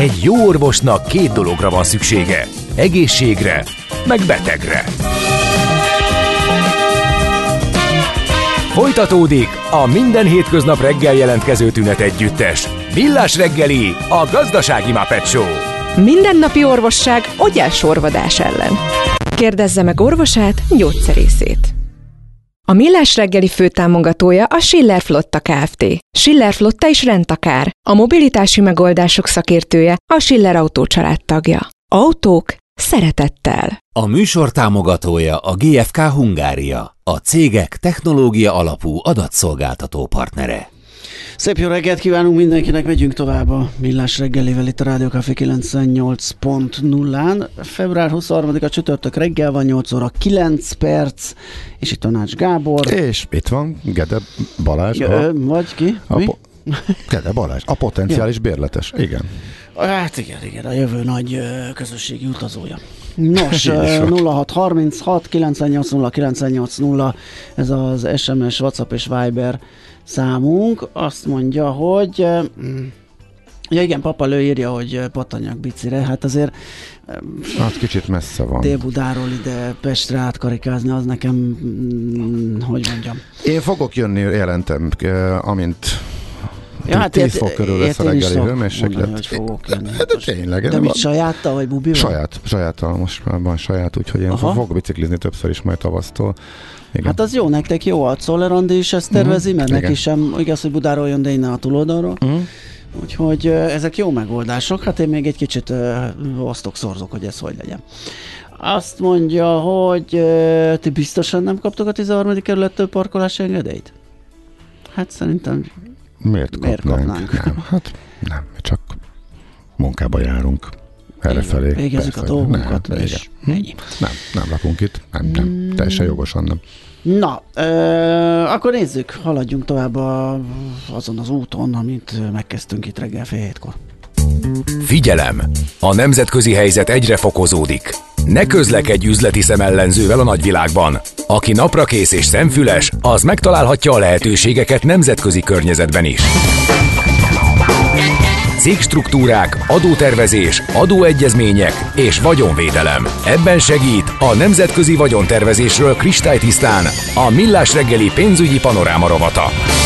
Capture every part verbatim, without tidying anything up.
Egy jó orvosnak két dologra van szüksége. Egészségre, meg betegre. Folytatódik a minden hétköznap reggel jelentkező tünet együttes. Millás reggeli, a gazdasági Muppet Show. Mindennapi orvosság ogyásorvadás ellen. Kérdezze meg orvosát, gyógyszerészét. A Millás reggeli főtámogatója a Schiller Flotta Kft. Schiller Flotta is rendtakár. A mobilitási megoldások szakértője, a Schiller Autó család tagja. Autók szeretettel. A műsor támogatója a gé ef ká Hungária, a cégek technológia alapú adatszolgáltató partnere. Szép jó reggelt kívánunk mindenkinek, megyünk tovább a Millás reggelivel itt a Rádió Café kilencvennyolc pont nullán. február huszonharmadika csütörtök reggel van, nyolc óra kilenc perc, és itt Tanács Gábor. És itt van Gede Balázs. Ja, a, vagy ki? A po- Gede Balázs, a potenciális ja. bérletes, igen. Hát igen, igen, a jövő nagy közösségi utazója. Nos, nulla hat harminchat kilencvennyolc nulla kilencvennyolc nulla, ez az es em es, WhatsApp és Viber számunk. Azt mondja, hogy ja igen, Papa Lő írja, hogy pattanjak bicire. Hát azért hát kicsit messze van. Dél-Budáról ide Pestre átkarikázni, az nekem, hogy mondjam. Én fogok jönni, jelentem, amint ja, hát tíz fok körül lesz a reggeli hőmérséklet. Hogy fogok jönni. De, de tényleg. De mit, sajáttal vagy bubival? Saját, sajáttal, most már van saját, úgyhogy én Aha. fogok biciklizni többször is majd tavasztól. Igen. Hát az jó, nektek jó, a Czoller Andi is ezt tervezi, uh-huh. mert igen. neki sem, igaz, hogy Budáról jön, de innen a túloldalról. Uh-huh. Úgyhogy uh, ezek jó megoldások, hát én még egy kicsit uh, osztok, szorzok, hogy ez hogy legyen. Azt mondja, hogy uh, ti biztosan nem kaptok a tizenharmadik kerülettől parkolási engedélyt? Hát szerintem miért, miért kapnánk? kapnánk? Nem, hát nem, csak munkába járunk. Errefelé. Végezzük persze, a dolgunkat, nem, és ennyi. Nem, nem lakunk itt, nem, nem, mm. teljesen jogosan nem. Na, ö, akkor nézzük, haladjunk tovább a, azon az úton, amit megkezdtünk itt reggel fél hétkor. Figyelem! A nemzetközi helyzet egyre fokozódik. Ne közlekedj üzleti szemellenzővel a nagyvilágban. Aki naprakész és szemfüles, az megtalálhatja a lehetőségeket nemzetközi környezetben is. Cégstruktúrák, adótervezés, adóegyezmények és vagyonvédelem. Ebben segít a nemzetközi vagyontervezésről kristálytisztán a Millás reggeli pénzügyi panoráma rovata.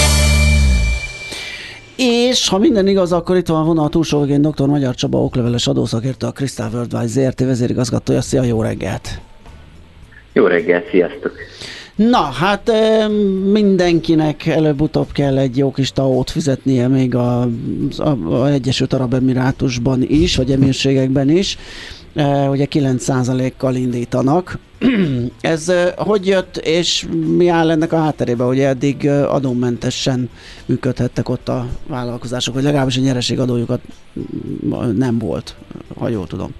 És ha minden igaz, akkor itt van a vonal túlsó végén dr. Magyar Csaba, okleveles adószakértő, a Crystal Worldwide zé er té vezérigazgatója. Szia, jó reggelt! Jó reggelt, sziasztok! Na, hát mindenkinek előbb-utóbb kell egy jó kis taót fizetnie még az Egyesült Arab Emirátusban is, vagy emírségekben is. Ugye kilenc százalékkal indítanak. Ez hogy jött, és mi áll ennek a hátterében, hogy eddig adómentesen működhettek ott a vállalkozások, vagy legalábbis a nyereségadójukat nem volt, ha jól tudom.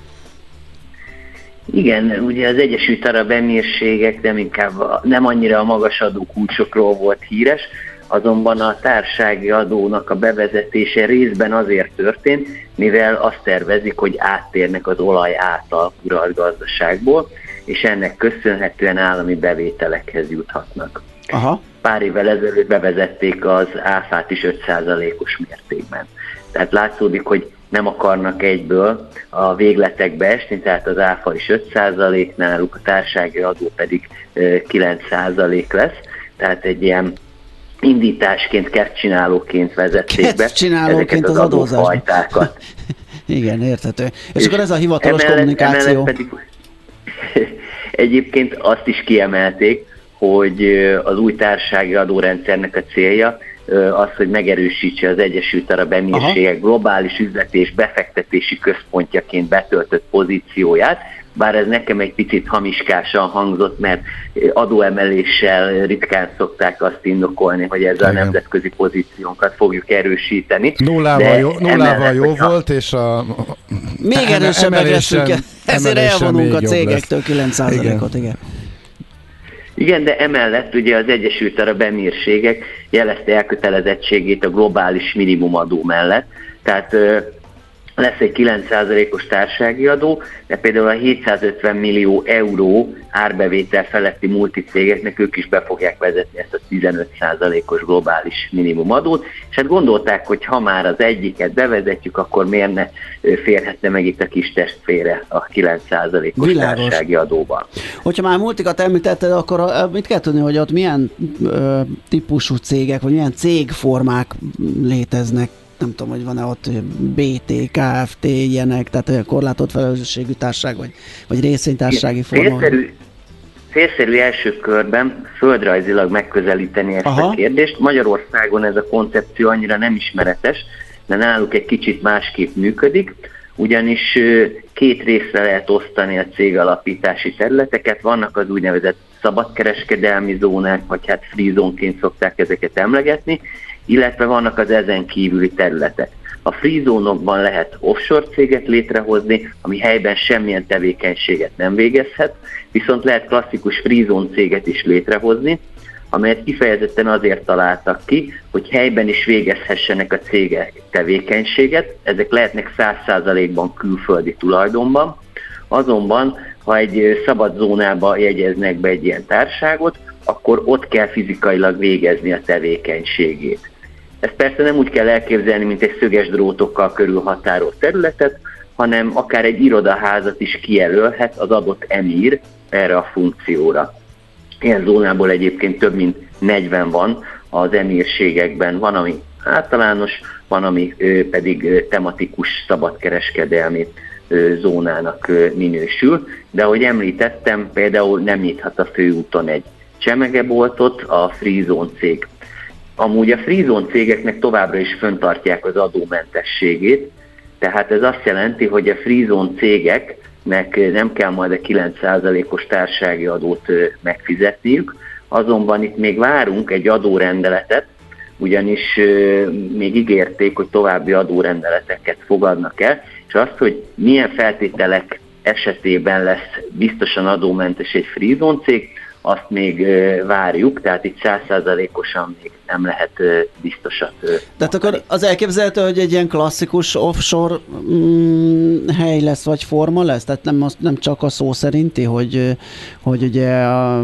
Igen, ugye az Egyesült Arab Emírségek nem inkább a, nem annyira a magas adókulcsokról volt híres, azonban a társasági adónak a bevezetése részben azért történt, mivel azt tervezik, hogy áttérnek az olaj által uralt gazdaságból, és ennek köszönhetően állami bevételekhez juthatnak. Aha. Pár évvel ezelőtt bevezették az áfát is öt százalékos mértékben. Tehát látszódik, hogy nem akarnak egyből a végletekbe esni, tehát az áfa is öt százalék, náluk a társasági adó pedig kilenc százalék lesz, tehát egy ilyen indításként, kettcsinálóként vezették be ezeket az, az adófajtákat. Igen, érthető. És, és akkor ez a hivatalos emellett, kommunikáció. Emellett pedig egyébként azt is kiemelték, hogy az új társasági adórendszernek a célja az, hogy megerősítse az Egyesült Arab Emírségek globális üzleti és befektetési központjaként betöltött pozícióját, bár ez nekem egy picit hamiskásan hangzott, mert adóemeléssel ritkán szokták azt indokolni, hogy ezzel a nemzetközi pozíciónkat fogjuk erősíteni. Nullával jó, nullával jó volt, és a még erősebbek leszünk, ezért elvonunk a cégektől kilenc százalékot, igen. igen. Igen, de emellett ugye az Egyesült Arab Emírségek jelezte elkötelezettségét a globális minimumadó mellett, tehát lesz egy kilenc százalékos társasági adó, de például a hétszázötven millió euró árbevétel feletti multicégeknek ők is be fogják vezetni ezt a tizenöt százalékos globális minimumadót, és hát gondolták, hogy ha már az egyiket bevezetjük, akkor miért ne férhetne meg itt a kis testvére a kilenc százalékos társasági adóban. Hogyha már multikat említetted, akkor mit kell tudni, hogy ott milyen ö, típusú cégek, vagy milyen cégformák léteznek? Nem tudom, hogy van-e ott bé té, ká ef té, ilyenek, tehát korlátolt felelősségű társaság, vagy, vagy részvénytársasági forma. Célszerű, célszerű első körben földrajzilag megközelíteni ezt Aha. a kérdést. Magyarországon ez a koncepció annyira nem ismeretes, de náluk egy kicsit másképp működik, ugyanis két részre lehet osztani a cégalapítási területeket. Vannak az úgynevezett szabadkereskedelmi zónák, vagy hát free zone-ként szokták ezeket emlegetni, illetve vannak az ezen kívüli területek. A free zónokban lehet offshore céget létrehozni, ami helyben semmilyen tevékenységet nem végezhet, viszont lehet klasszikus free zone céget is létrehozni, amelyet kifejezetten azért találtak ki, hogy helyben is végezhessenek a cégek tevékenységet. Ezek lehetnek száz százalékban külföldi tulajdonban, azonban ha egy szabad zónába jegyeznek be egy ilyen társaságot, akkor ott kell fizikailag végezni a tevékenységét. Ezt persze nem úgy kell elképzelni, mint egy szöges drótokkal körülhatárolt területet, hanem akár egy irodaházat is kijelölhet az adott emír erre a funkcióra. Ilyen zónából egyébként több mint negyven van az emírségekben, van, ami általános, van, ami pedig tematikus szabadkereskedelmi zónának minősül, de ahogy említettem, például nem nyithat a főúton egy csemegeboltot a free zone cég. Amúgy a free zone cégeknek továbbra is fenntartják az adómentességét, tehát ez azt jelenti, hogy a free zone cégeknek nem kell majd a kilenc százalékos társasági adót megfizetniük, azonban itt még várunk egy adórendeletet, ugyanis még ígérték, hogy további adórendeleteket fogadnak el, és azt, hogy milyen feltételek esetében lesz biztosan adómentes egy free zone cég, azt még várjuk, tehát itt száz százalékosan még nem lehet biztosat. Tehát akkor az elképzelhető, hogy egy ilyen klasszikus offshore mm, hely lesz, vagy forma lesz? Tehát nem, az, nem csak a szó szerinti, hogy, hogy ugye a,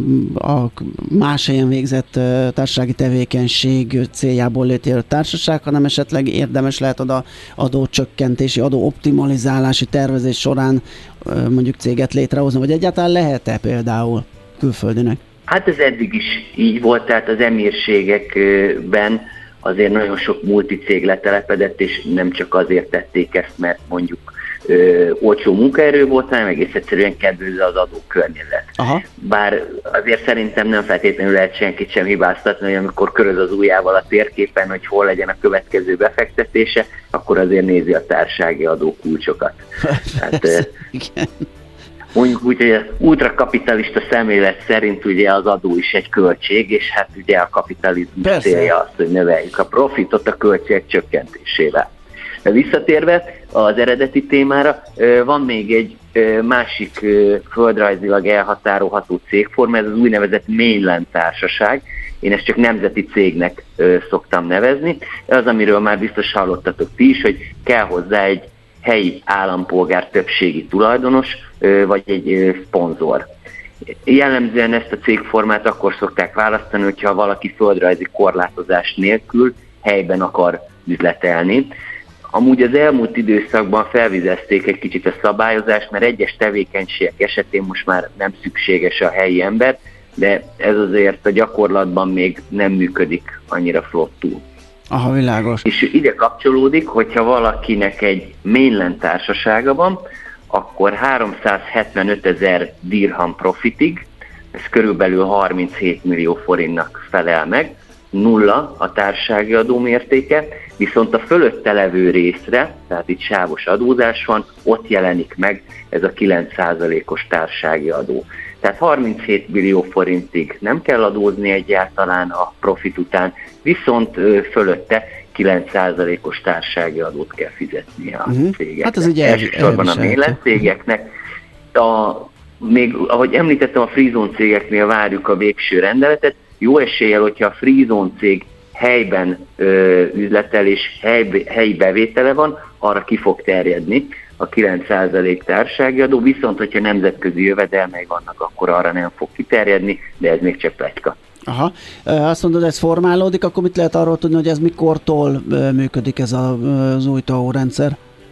a más helyen végzett társasági tevékenység céljából létrejött társaság, hanem esetleg érdemes lehet oda adócsökkentési, adóoptimalizálási tervezés során mondjuk céget létrehozni, vagy egyáltalán lehet-e például külföldinek? Hát ez eddig is így volt, tehát az emírségekben azért nagyon sok multicég letelepedett, és nem csak azért tették ezt, mert mondjuk ö, olcsó munkaerő volt, hanem egész egyszerűen kedvező az adókörnyezet. Aha. Bár azért szerintem nem feltétlenül lehet senkit sem hibáztatni, hogy amikor köröz az ujjával a térképen, hogy hol legyen a következő befektetése, akkor azért nézi a társasági adókulcsokat. Tehát, igen. Mondjuk úgy, hogy az ultrakapitalista szemlélet szerint ugye az adó is egy költség, és hát ugye a kapitalizmus Persze. célja az, hogy növeljük a profitot a költségek csökkentésével. De visszatérve az eredeti témára, van még egy másik földrajzilag elhatárolható cégforma, ez az úgynevezett mainland társaság. Én ezt csak nemzeti cégnek szoktam nevezni. Az, amiről már biztos hallottatok ti is, hogy kell hozzá egy helyi állampolgár többségi tulajdonos, vagy egy szponzor. Jellemzően ezt a cégformát akkor szokták választani, hogyha valaki földrajzi korlátozás nélkül helyben akar üzletelni. Amúgy az elmúlt időszakban felvizezték egy kicsit a szabályozást, mert egyes tevékenységek esetén most már nem szükséges a helyi ember, de ez azért a gyakorlatban még nem működik annyira flottul. Aha, világos. És ide kapcsolódik, hogyha valakinek egy mainland társasága van, akkor háromszázhetvenöt ezer dirham profitig, ez körülbelül harminchét millió forintnak felel meg, nulla a társasági adó mértéke, viszont a fölötte levő részre, tehát itt sávos adózás van, ott jelenik meg ez a kilenc százalékos társasági adó. Tehát harminchét millió forintig nem kell adózni egyáltalán a profit után, viszont fölötte kilenc százalékos társasági adót kell fizetni a uh-huh. cégeknek. Hát ez ugye elsősorban a mainland cégeknek. A, még, ahogy említettem, a free zone cégeknél várjuk a végső rendeletet. Jó eséllyel, hogyha a free zone cég helyben ö, üzletel és hely, helyi bevétele van, arra ki fog terjedni a kilenc százalék társasági adó, viszont hogyha nemzetközi jövedelmei vannak, akkor arra nem fog kiterjedni, de ez még csak pletyka. Aha, azt mondod, ez formálódik, akkor mit lehet arról tudni, hogy ez mikortól működik ez a, az új té á o rendszer?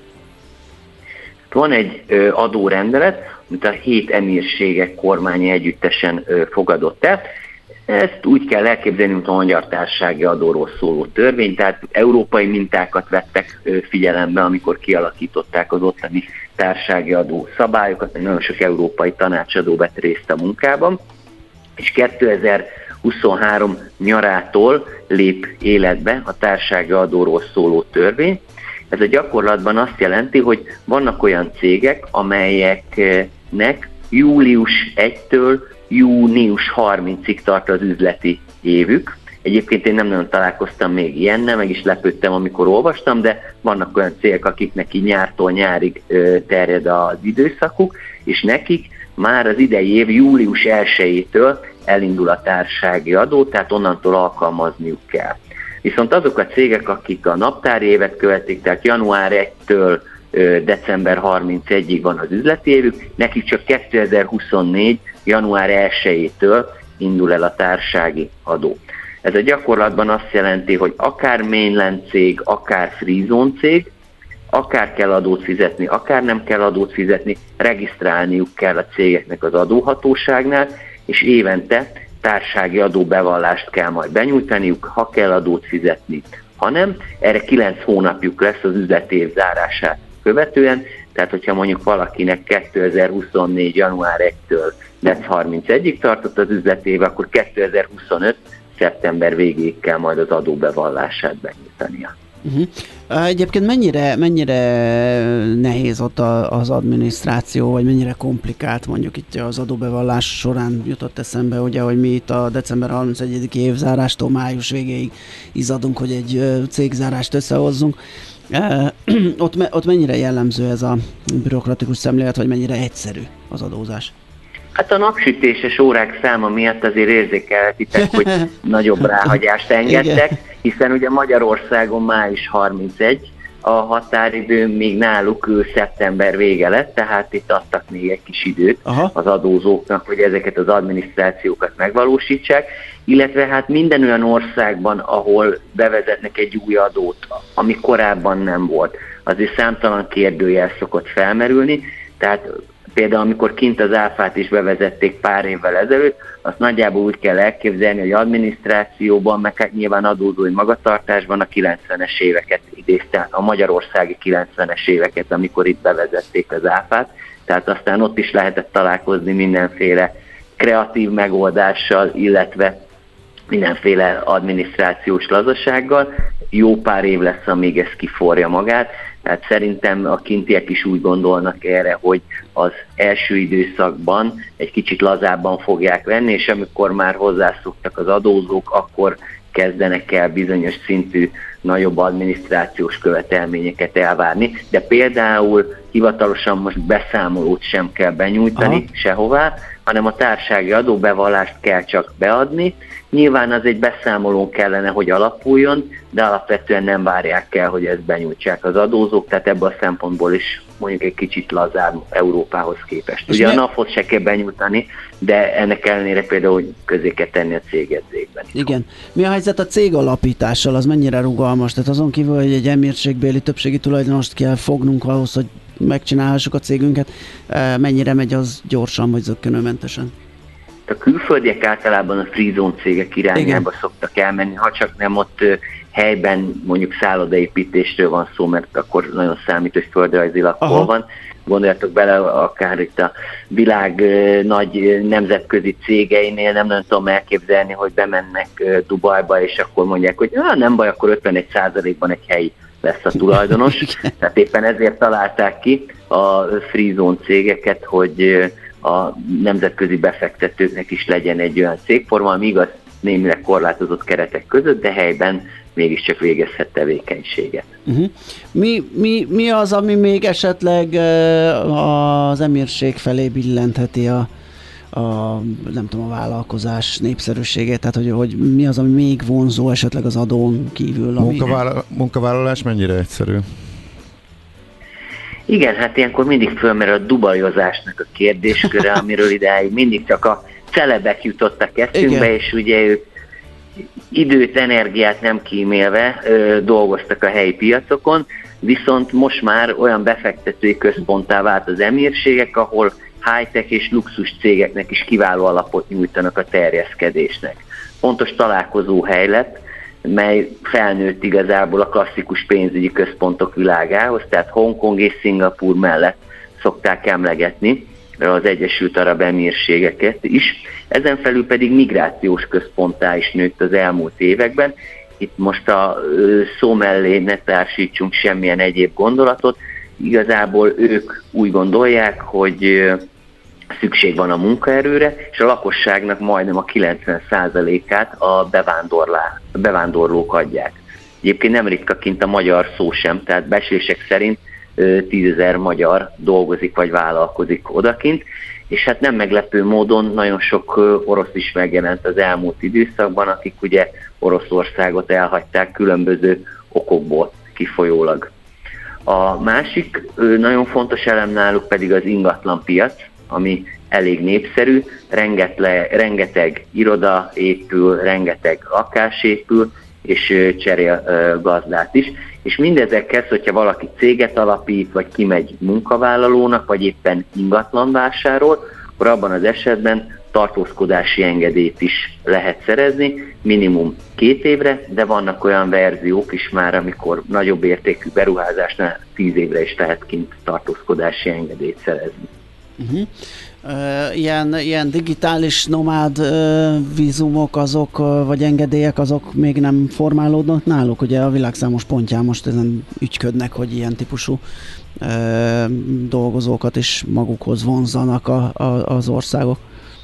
Van egy ö, adórendelet, amit a hét emírségek kormánya együttesen ö, fogadott el. Ezt úgy kell elképzelni, mint a magyar társasági adóról szóló törvény, tehát európai mintákat vettek ö, figyelembe, amikor kialakították az ottani társasági adó szabályokat, mert nagyon sok európai tanácsadó vett részt a munkában, és kétezer-huszonhárom nyarától lép életbe a társasági adóról szóló törvény. Ez a gyakorlatban azt jelenti, hogy vannak olyan cégek, amelyeknek július elsejétől június harmincadikáig tart az üzleti évük. Egyébként én nem nagyon találkoztam még ilyennel, meg is lepődtem, amikor olvastam, de vannak olyan cégek, akiknek így nyártól nyárig terjed az időszakuk, és nekik már az idei év július elsejétől elindul a társasági adó, tehát onnantól alkalmazniuk kell. Viszont azok a cégek, akik a naptári évet követik, tehát január elsejétől december harmincegyedikéig van az üzleti évük, nekik csak kétezer-huszonnégy január elsejétől indul el a társasági adó. Ez a gyakorlatban azt jelenti, hogy akár mainland cég, akár free zone cég, akár kell adót fizetni, akár nem kell adót fizetni, regisztrálniuk kell a cégeknek az adóhatóságnál, és évente társasági adóbevallást kell majd benyújtaniuk, ha kell adót fizetni. Ha nem, erre kilenc hónapjuk lesz az üzleti év zárását követően, tehát hogyha mondjuk valakinek kétezer-huszonnégy január elsejétől december harmincegyedikéig tartott az üzleti év, akkor kétezer-huszonöt szeptember végéig kell majd az adóbevallását benyújtania. Uh-huh. Egyébként mennyire, mennyire nehéz ott az adminisztráció, vagy mennyire komplikált, mondjuk itt az adóbevallás során jutott eszembe, ugye, hogy mi itt a december harmincegyediki évzárástól május végéig izzadunk, hogy egy cégzárást összehozzunk. Uh, ott, ott mennyire jellemző ez a bürokratikus szemlélet, vagy mennyire egyszerű az adózás? Hát a napsütéses órák száma miatt azért érzékelhetitek, hogy nagyobb ráhagyást engedtek, hiszen ugye Magyarországon május harmincegyedike a határidő, még náluk ő szeptember vége lett, tehát itt adtak még egy kis időt Aha. az adózóknak, hogy ezeket az adminisztrációkat megvalósítsák, illetve hát minden olyan országban, ahol bevezetnek egy új adót, ami korábban nem volt, azért számtalan kérdőjel szokott felmerülni, tehát például amikor kint az áfát is bevezették pár évvel ezelőtt, azt nagyjából úgy kell elképzelni, hogy adminisztrációban, meg hát nyilván adózói magatartásban a kilencvenes éveket idézte, a magyarországi kilencvenes éveket, amikor itt bevezették az áfát, tehát aztán ott is lehetett találkozni mindenféle kreatív megoldással, illetve mindenféle adminisztrációs lazasággal. Jó pár év lesz, amíg ez kiforja magát, tehát szerintem a kintiek is úgy gondolnak erre, hogy az első időszakban egy kicsit lazábban fogják venni, és amikor már hozzászoktak az adózók, akkor kezdenek el bizonyos szintű nagyobb adminisztrációs követelményeket elvárni, de például hivatalosan most beszámolót sem kell benyújtani Aha. sehová, hanem a társasági adóbevallást kell csak beadni. Nyilván az egy beszámolón kellene, hogy alapuljon, de alapvetően nem várják el, hogy ezt benyújtsák az adózók, tehát ebből a szempontból is mondjuk egy kicsit lazább Európához képest. Ugye a napot se kell benyújtani, de ennek ellenére például, hogy közé kell tenni a cégjegyzékben. Igen. Mi a helyzet a cég alapítással? Az mennyire rugalmas? Tehát azon kívül, hogy egy emírségbéli többségi tulajdonost kell fognunk ahhoz, hogy megcsinálhassuk a cégünket, mennyire megy az gyorsan vagy zökkenőmentesen? A külföldiek általában a free zone cégek irányába Igen. szoktak elmenni, ha csak nem ott helyben mondjuk szállodaépítésről van szó, mert akkor nagyon számít, hogy földrajzilag hol van. Gondoljatok bele, akár itt a világ nagy nemzetközi cégeinél nem nagyon tudom elképzelni, hogy bemennek Dubajba, és akkor mondják, hogy ah, nem baj, akkor ötvenegy százalékban egy helyi lesz a tulajdonos. Tehát éppen ezért találták ki a free zone cégeket, hogy a nemzetközi befektetőknek is legyen egy olyan cégforma, ami igaz némileg korlátozott keretek között, de helyben mégiscsak végezhet tevékenységet. Uh-huh. Mi, mi, mi az, ami még esetleg az emírség felé billentheti a, a, nem tudom, a vállalkozás népszerűségét, tehát hogy, hogy mi az, ami még vonzó esetleg az adón kívül. Ami... Munkavállal, munkavállalás mennyire egyszerű? Igen, hát ilyenkor mindig fölmerül a dubajozásnak a kérdésköre, amiről idáig mindig csak a celebek jutottak eszünkbe, igen. És ugye ők időt, energiát nem kímélve ö, dolgoztak a helyi piacokon, viszont most már olyan befektetői központtá vált az emírségek, ahol high-tech és luxus cégeknek is kiváló alapot nyújtanak a terjeszkedésnek. Pontos találkozó hely lett, mely felnőtt igazából a klasszikus pénzügyi központok világához, tehát Hongkong és Szingapúr mellett szokták emlegetni az Egyesült Arab Emírségeket is. Ezen felül pedig migrációs központtá is nőtt az elmúlt években. Itt most a szó mellé ne társítsunk semmilyen egyéb gondolatot. Igazából ők úgy gondolják, hogy szükség van a munkaerőre, és a lakosságnak majdnem a kilencven százalékát a bevándorlók adják. Egyébként nem ritkaként a magyar szó sem, tehát becslések szerint tízezer magyar dolgozik vagy vállalkozik odakint, és hát nem meglepő módon nagyon sok orosz is megjelent az elmúlt időszakban, akik ugye Oroszországot elhagyták különböző okokból kifolyólag. A másik nagyon fontos elem náluk pedig az ingatlanpiac, ami elég népszerű, rengeteg, rengeteg iroda épül, rengeteg lakás épül, és cserél gazdát is. És mindezekhez, hogyha valaki céget alapít, vagy kimegy munkavállalónak, vagy éppen ingatlan vásárol, akkor abban az esetben tartózkodási engedélyt is lehet szerezni, minimum két évre, de vannak olyan verziók is már, amikor nagyobb értékű beruházásnál tíz évre is lehet kint tartózkodási engedélyt szerezni. Uh-huh. Uh, ilyen, ilyen digitális nomád uh, vízumok azok, uh, vagy engedélyek azok még nem formálódnak náluk? Ugye a világ számos pontján most ezen ügyködnek, hogy ilyen típusú uh, dolgozókat is magukhoz vonzzanak a, a, az országok.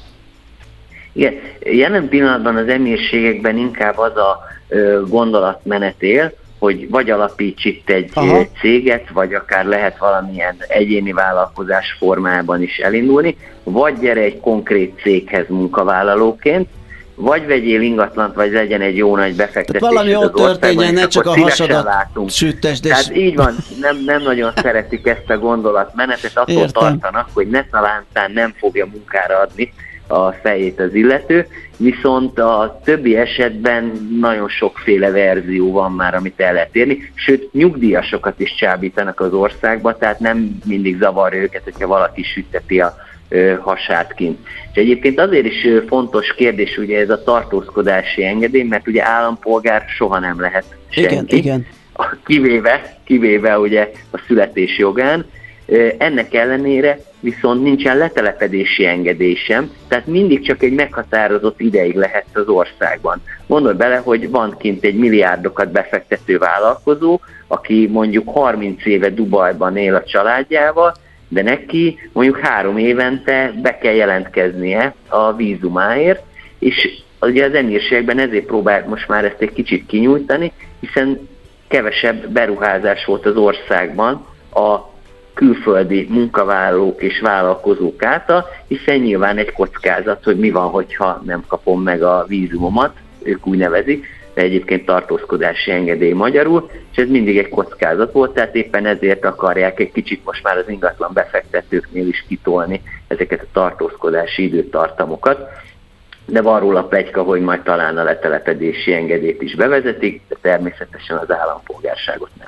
Igen, jelen pillanatban az emírségekben inkább az a uh, gondolatmenet él, hogy vagy alapíts itt egy Aha. céget, vagy akár lehet valamilyen egyéni vállalkozás formájában is elindulni, vagy gyere egy konkrét céghez munkavállalóként, vagy vegyél ingatlant, vagy legyen egy jó nagy befektetés. Tehát valami ott történjen, ne csak a hasadat süttesd. Tehát így van, nem, nem nagyon szeretik ezt a gondolatmenetet, attól Értem. tartanak, hogy ne talántán nem fogja munkára adni a fejét az illető, viszont a többi esetben nagyon sokféle verzió van már, amit el lehet érni, sőt nyugdíjasokat is csábítanak az országba, tehát nem mindig zavarja őket, hogyha valaki sütteti a ö, hasát kint. És egyébként azért is ö, fontos kérdés ugye ez a tartózkodási engedély, mert ugye állampolgár soha nem lehet senki. Igen, igen. Kivéve, kivéve ugye a születés jogán. Ennek ellenére viszont nincsen letelepedési engedély sem, tehát mindig csak egy meghatározott ideig lehet az országban. Gondolj bele, hogy van kint egy milliárdokat befektető vállalkozó, aki mondjuk harminc éve Dubajban él a családjával, de neki mondjuk három évente be kell jelentkeznie a vízumáért, és ugye az emírségekben ezért próbált most már ezt egy kicsit kinyújtani, hiszen kevesebb beruházás volt az országban a külföldi munkavállalók és vállalkozók által, hiszen nyilván egy kockázat, hogy mi van, hogyha nem kapom meg a vízumomat, ők úgy nevezik, de egyébként tartózkodási engedély magyarul, és ez mindig egy kockázat volt, tehát éppen ezért akarják egy kicsit most már az ingatlan befektetőknél is kitolni ezeket a tartózkodási időtartamokat, de van róla pletyka, hogy majd talán a letelepedési engedélyt is bevezetik, de természetesen az állampolgárságot nem.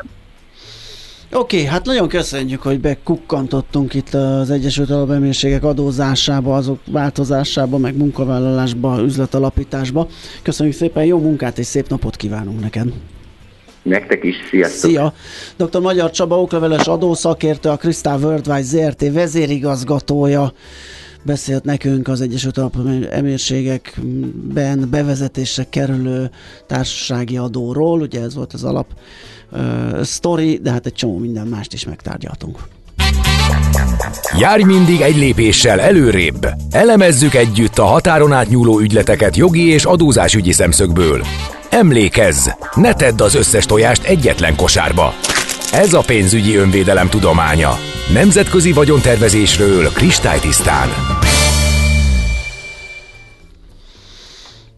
Oké, okay, hát nagyon köszönjük, hogy bekukkantottunk itt az Egyesült Arab Emírségek adózásába, azok változásába, meg munkavállalásba, üzletalapításba. Köszönjük szépen, jó munkát és szép napot kívánunk neked! Nektek is, sziasztok! Szia! doktor Magyar Csaba, okleveles adószakértő, a Crystal Worldwide zé er té vezérigazgatója beszélt nekünk az Egyesült Arab Emírségekben bevezetésre kerülő társasági adóról, ugye ez volt az alap uh, sztori, de hát egy csomó minden mást is megtárgyaltunk. Járj mindig egy lépéssel előrébb! Elemezzük együtt a határon átnyúló ügyleteket jogi és adózásügyi szemszögből. Emlékezz! Ne tedd az összes tojást egyetlen kosárba! Ez a pénzügyi önvédelem tudománya. Nemzetközi vagyontervezésről kristálytisztán.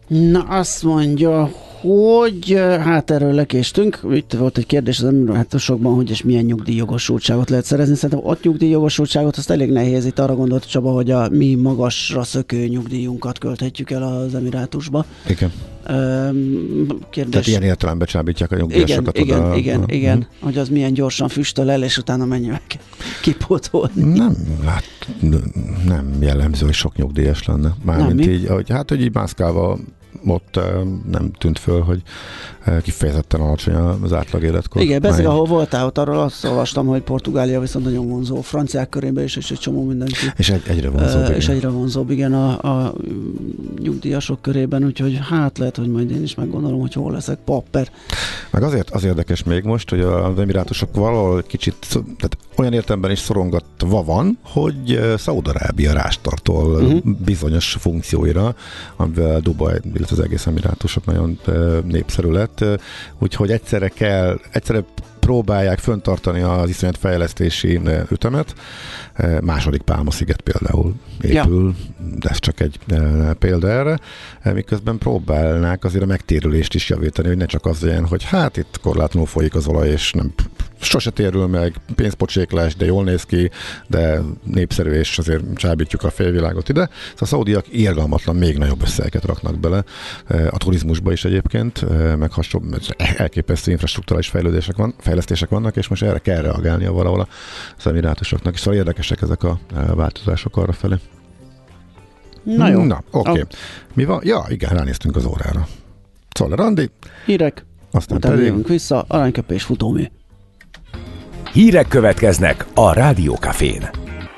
Na, azt mondja, hogy hát erről lekéstünk. Itt volt egy kérdés az emberátusokban, hogy és milyen nyugdíjjogosultságot lehet szerezni. Szerintem ott nyugdíjjogosultságot azt elég nehéz. Itt arra gondolt Csaba, hogy a mi magasra szökő nyugdíjunkat költhetjük el az Emirátusba. Igen. Kérdés. Tehát ilyen értelemben csábítják a nyugdíjasokat. Igen, oda, igen, a, igen, uh-huh. hogy az milyen gyorsan füstöl el, és utána mennyivel kipótolni. Nem, hát nem jellemző, hogy sok nyugdíjas lenne. Mármint így, hogy, hát, hogy így mászkálva ott nem tűnt föl, hogy kifejezetten alacsony az átlag életkor. Igen, beszél, ahol voltál, ott arról azt olvastam, hogy Portugália viszont nagyon vonzó. Franciák körében is, és egy csomó mindenki. És egy, egyre vonzóbb. Uh, és egyre vonzóbb, igen, a, a nyugdíjasok körében, úgyhogy hát lehet, hogy majd én is meggondolom, hogy hol leszek papper. Meg azért az érdekes még most, hogy az emirátusok valahol kicsit, tehát olyan értelemben is szorongatva van, hogy Szaúd-Arábia rástartol uh-huh. bizonyos funkcióira, amivel Dubaj, illetve az egész emirátusok nagyon népszerű lett, úgyhogy egyszerre kell, egyszerre próbálják föntartani az iszonyat fejlesztési ütemet. Második Pálma-sziget például épül, ja. de ez csak egy példa erre, miközben próbálnák azért a megtérülést is javítani, hogy ne csak az legyen, hogy hát itt korlátlanul folyik az olaj, és nem sose térül meg, pénzpocséklás, de jól néz ki, de népszerű, és azért csábítjuk a félvilágot ide. Szóval a szaudiak irgalmatlan, még nagyobb összegeket raknak bele, a turizmusba is egyébként, meg hasonló, elképesztő infrastrukturális fejlődések van, fejlesztések vannak, és most erre kell reagálnia valahol az emirátusoknak, és szóval érdekesek ezek a változások arra felé. Na jó. Na, oké. Okay. Mi van? Ja, igen, ránéztünk az órára. Czoller Andi. Hírek. Aztán utána pedig... jövünk vissza, aranyköpés futómű. Hírek következnek a Rádiókafén.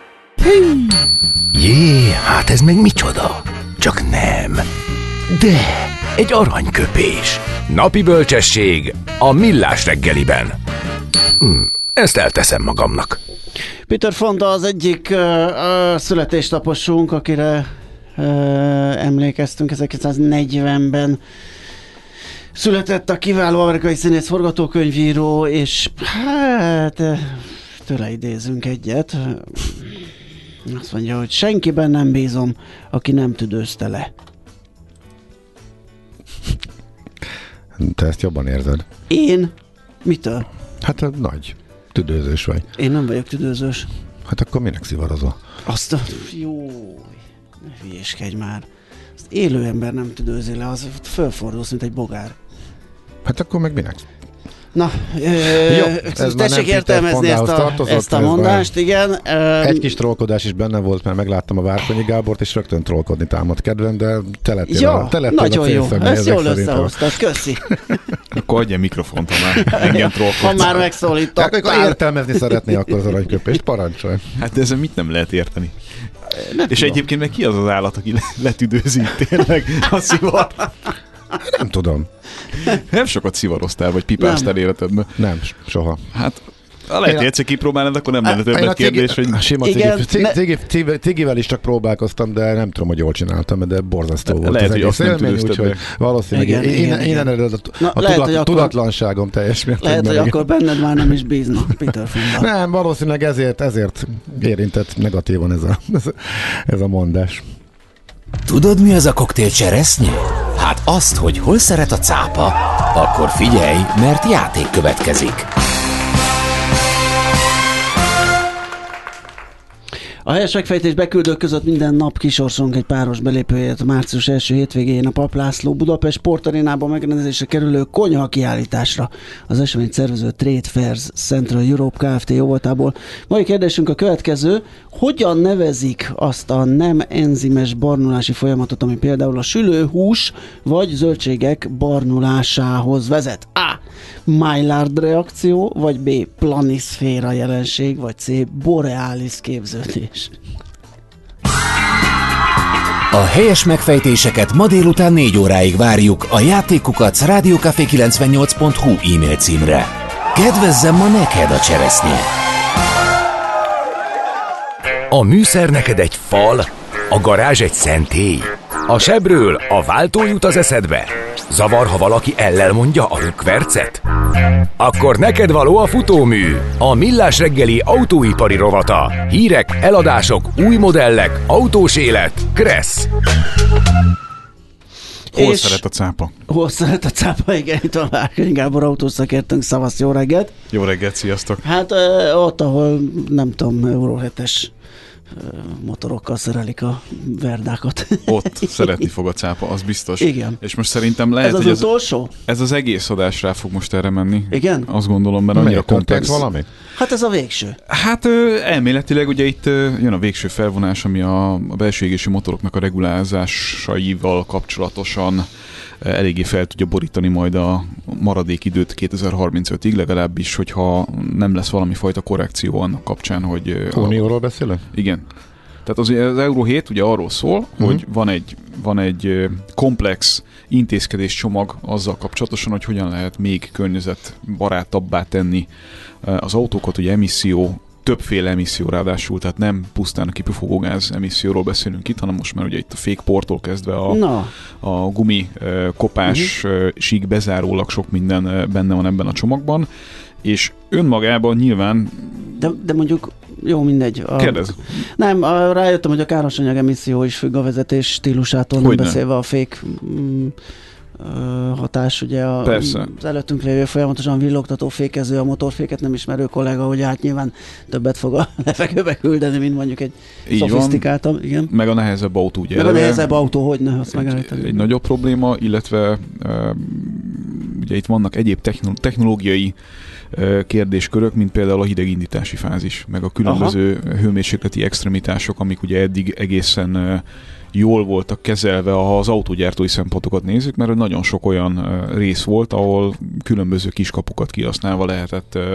Jé, hát ez meg micsoda? Csak nem. De egy aranyköpés. Napi bölcsesség a Millás reggeliben. Hm, ezt elteszem magamnak. Peter Fonda az egyik uh, uh, születésnaposunk, akire uh, emlékeztünk ezerkilencszáznegyvenben. Született a kiváló amerikai színész, forgatókönyvíró, és hát tőle idézünk egyet. Azt mondja, hogy senkiben nem bízom, aki nem tüdőzte le. Te ezt jobban érzed? Én? Mitől? Hát nagy tüdőzős vagy. Én nem vagyok tüdőzős. Hát akkor minek szivarozol? Azt a... Jó, ne hülyéskedj már. Azt élő ember nem tüdőzi le, az fölfordulsz, mint egy bogár. Hát akkor meg minek? Na, ö, tessék értelmezni ezt a, ezt a mondást, igen. Egy kis trollkodás is benne volt, mert megláttam a Várkonyi Gábort, és rögtön trollkodni támad kedven, de te lettél ja, a, te lettél nagyon a jó, ezt jól összehoztad, köszi. Akkor adj egy mikrofont, ha már engem trollkodsz. Ha már megszólítottál. Ha értelmezni szeretné akkor az aranyköpést, parancsolj. Hát de ezzel mit nem lehet érteni? Nem és tudom. Egyébként meg ki az az állat, aki letüdőzi tényleg a szivart? Nem tudom. Nem sokat szivaroztál, vagy pipáztál életedben? Nem, soha. Hát, lehet, hogy egyszer kipróbálnád, akkor nem lenne többet kérdés, hogy... A sima cigivel is csak próbálkoztam, de nem tudom, hogy jól csináltam, de borzasztó volt lehet, az egész élmény, úgyhogy valószínűleg innen ered a tudatlanságom teljes mértékben. Lehet, hogy akkor benned már nem is bíznak, Peter Fonda. Nem, valószínűleg ezért, ezért érintett negatívan ez a, ez a mondás. Tudod, mi az a koktél cseresznye? Hát azt, hogy hol szeret a cápa, akkor figyelj, mert játék következik. A helyes megfejtés beküldők között minden nap kisorsolunk egy páros belépőjét a március első hétvégén a Papp László Budapest Sportarénában megrendezésre kerülő konyha kiállításra. Az eseményt szervező Trade Fairs Central Europe Kft. Jóvoltából. Mai kérdésünk a következő: hogyan nevezik azt a nem enzimes barnulási folyamatot, ami például a sülőhús vagy zöldségek barnulásához vezet? A. Maillard reakció, vagy B. planiszféra jelenség, vagy C. boreális képződés. A helyes megfejtéseket ma délután négy óráig várjuk a játékukat rádiókafé kilencvennyolc pont hu e-mail címre. Kedvezzem ma neked a cseresznye! A műszer neked egy fal, a garázs egy szentély. A sebről a váltó jut az eszedbe. Zavar, ha valaki ellel mondja a rükvercet? Akkor neked való a futómű, a Millás reggeli autóipari rovata. Hírek, eladások, új modellek, autós élet, Kressz. Hol szeret a cápa? Hol szeret a cápa, igen, itt van Várkonyi Gábor autószakértőnk, szavasz, jó reggelt! Jó reggelt, sziasztok! Hát ö, ott, ahol nem tudom, Euró hetes motorokkal szerelik a verdákat. Ott szeretni fog a cápa, az biztos. Igen. És most szerintem lehet, ez az hogy utolsó? Ez, ez az egész adás rá fog most erre menni. Igen? Azt gondolom, mert annyira komplex. valami? Hát ez a végső. Hát ö, elméletileg ugye itt ö, jön a végső felvonás, ami a, a belső égésű motoroknak a regulázásaival kapcsolatosan eléggé fel tudja borítani majd a maradék időt kétezer-harmincötig, legalábbis, hogyha nem lesz valami fajta korrekció annak kapcsán, hogy... Unióról beszélünk? Igen. Tehát az, az Euró hét ugye arról szól, uh-huh. hogy van egy, van egy komplex intézkedés csomag azzal kapcsolatosan, hogy hogyan lehet még környezetbarátabbá tenni az autókat, ugye emisszió, többféle emisszió ráadásul, tehát nem pusztán a kipufogógáz emisszióról beszélünk itt, hanem most már ugye itt a fékportól kezdve a, no. a gumi kopásig uh-huh. bezárólag sok minden benne van ebben a csomagban, és önmagában nyilván... De, de mondjuk, jó, mindegy. A, Kérdezz. Nem, a, rájöttem, hogy a károsanyag emisszió is függ a vezetés stílusától, nem beszélve a fék... Mm, hatás, ugye a, Persze. az előttünk lévő folyamatosan villogtató fékező, a motorféket nem ismerő kollega, hogy hát nyilván többet fog a levegőbe küldeni, mint mondjuk egy szofisztikáltabb. Igen. Meg a nehezebb autó, ugye. Meg a nehezebb autó, hogy ne, azt megállítani. Egy, egy nagyobb probléma, illetve uh, ugye itt vannak egyéb technológiai uh, kérdéskörök, mint például a hidegindítási fázis, meg a különböző Aha. hőmérsékleti extremitások, amik ugye eddig egészen uh, jól voltak kezelve, ha az autógyártói szempontokat nézzük, mert nagyon sok olyan uh, rész volt, ahol különböző kiskapukat kihasználva lehetett uh,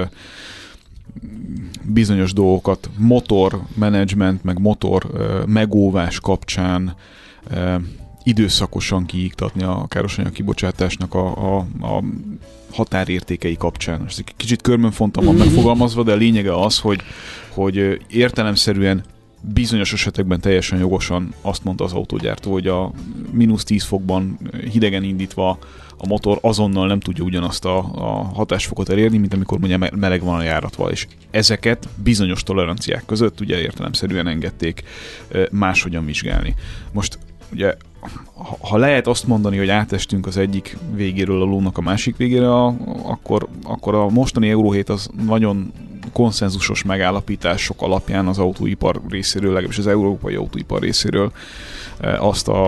bizonyos dolgokat motor management, meg motor uh, megóvás kapcsán uh, időszakosan kiiktatni a károsanyag kibocsátásnak a, a, a határértékei kapcsán. Most egy kicsit körmönfontan van megfogalmazva, de a lényege az, hogy, hogy értelemszerűen bizonyos esetekben teljesen jogosan azt mondta az autógyártó, hogy a mínusz tíz fokban hidegen indítva a motor azonnal nem tudja ugyanazt a, a hatásfokot elérni, mint amikor mondja meleg van a járatval, és ezeket bizonyos toleranciák között ugye értelemszerűen engedték máshogyan vizsgálni. Most ugye ha lehet azt mondani, hogy átestünk az egyik végéről a lónak a másik végére, akkor, akkor a mostani Euró hét az nagyon konszenzusos megállapítások alapján az autóipar részéről, legalábbis az európai autóipar részéről azt a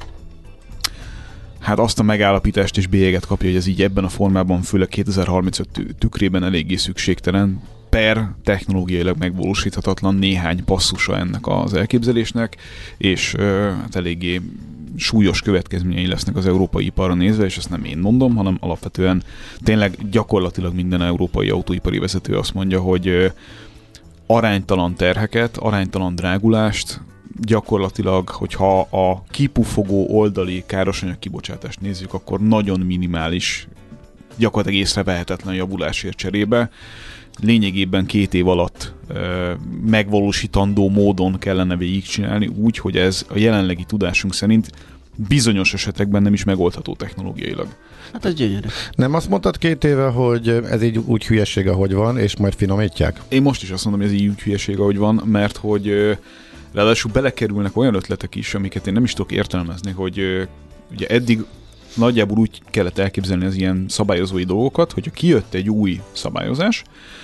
hát azt a megállapítást és bélyeget kapja, hogy ez így ebben a formában, főleg kétezer-harmincöt tükrében eléggé szükségtelen, per technológiailag megvalósíthatatlan néhány passzusa ennek az elképzelésnek, és hát eléggé súlyos következményei lesznek az európai iparra nézve, és ezt nem én mondom, hanem alapvetően tényleg gyakorlatilag minden európai autóipari vezető azt mondja, hogy aránytalan terheket, aránytalan drágulást, gyakorlatilag, hogyha a kipufogó oldali károsanyag kibocsátást nézzük, akkor nagyon minimális, gyakorlatilag észrevehetetlen javulásért cserébe lényegében két év alatt e, megvalósítandó módon kellene végigcsinálni, úgy, hogy ez a jelenlegi tudásunk szerint bizonyos esetekben nem is megoldható technológiailag. Hát ez gyönyörű. Nem azt mondtad két éve, hogy ez így úgy hülyeség, ahogy van, és majd finomítják? Én most is azt mondom, hogy ez így úgy hülyeség, ahogy van, mert hogy ráadásul belekerülnek olyan ötletek is, amiket én nem is tudok értelmezni, hogy ugye eddig nagyjából úgy kellett elképzelni az ilyen szabályozói dolgokat, hogyha kijött egy új szabályozás,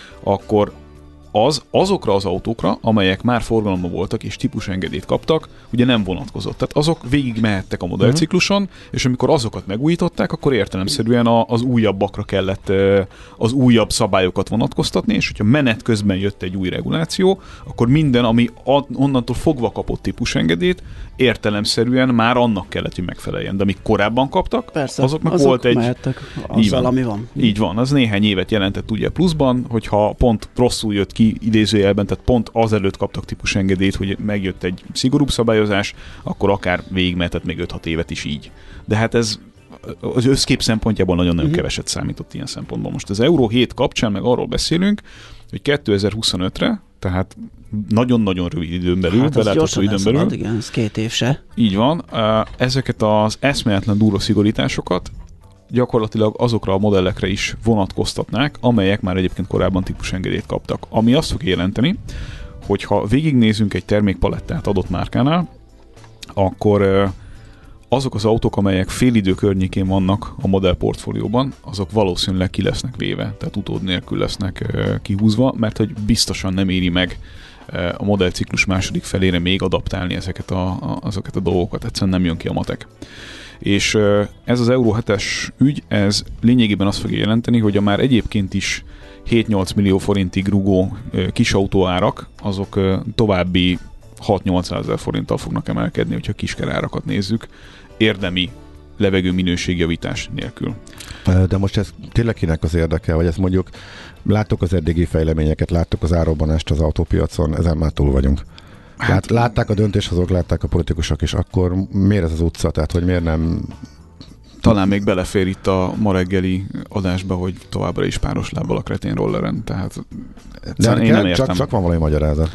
akkor az azokra az autókra, amelyek már forgalomban voltak és típusengedélyt kaptak, ugye nem vonatkozott. Tehát azok végig mehettek a modellcikluson, és amikor azokat megújították, akkor értelemszerűen a, az újabbakra kellett az újabb szabályokat vonatkoztatni, és hogyha menet közben jött egy új reguláció, akkor minden, ami onnantól fogva kapott típusengedélyt, értelemszerűen már annak kellett, hogy megfeleljen. De amik korábban kaptak, persze, azoknak azok volt egy... azzal, így van, ami van. Így van, az néhány évet jelentett ugye pluszban, hogyha pont rosszul jött ki idézőjelben, tehát pont azelőtt kaptak típusengedélyt, hogy megjött egy szigorúbb szabályozás, akkor akár végigmehetett még öt-hat évet is így. De hát ez az összkép szempontjából nagyon-nagyon uh-huh. keveset számított ilyen szempontból. Most az Euró hét kapcsán meg arról beszélünk, hogy kétezer-huszonötre, tehát nagyon-nagyon rövid időn belül, hát belátható időn belül. Szabad, igen, ez két év se. Így van. Ezeket az eszméletlen durva szigorításokat gyakorlatilag azokra a modellekre is vonatkoztatnák, amelyek már egyébként korábban típusengedélyt kaptak. Ami azt fog jelenteni, hogy ha végignézünk egy termékpalettát adott márkánál, akkor azok az autók, amelyek félidő környékén vannak a modellportfólióban, azok valószínűleg ki lesznek véve, tehát utód nélkül lesznek uh, kihúzva, mert hogy biztosan nem éri meg uh, a modellciklus második felére még adaptálni ezeket a, a, azokat a dolgokat, egyszerűen nem jön ki a matek. És uh, ez az Euro hetes ügy, ez lényegében azt fogja jelenteni, hogy a már egyébként is hét-nyolc millió forintig rugó uh, kis autóárak, azok uh, további hat-nyolcszázezer forinttal fognak emelkedni, hogyha kiskerárakat nézzük, érdemi levegő minőségjavítás nélkül. De most ez tényleg kinek az érdeke, vagy ezt mondjuk láttuk az eddigi fejleményeket, láttuk az árrobbanást az autópiacon, ezen már túl vagyunk. Hát, látták a döntéshozók, látták a politikusok is, akkor miért ez az utca, tehát hogy miért nem... Talán még belefér itt a ma reggeli adásba, hogy továbbra is páros lábbal a kretén rolleren, tehát de én nem értem. Csak, csak van valami magyarázat.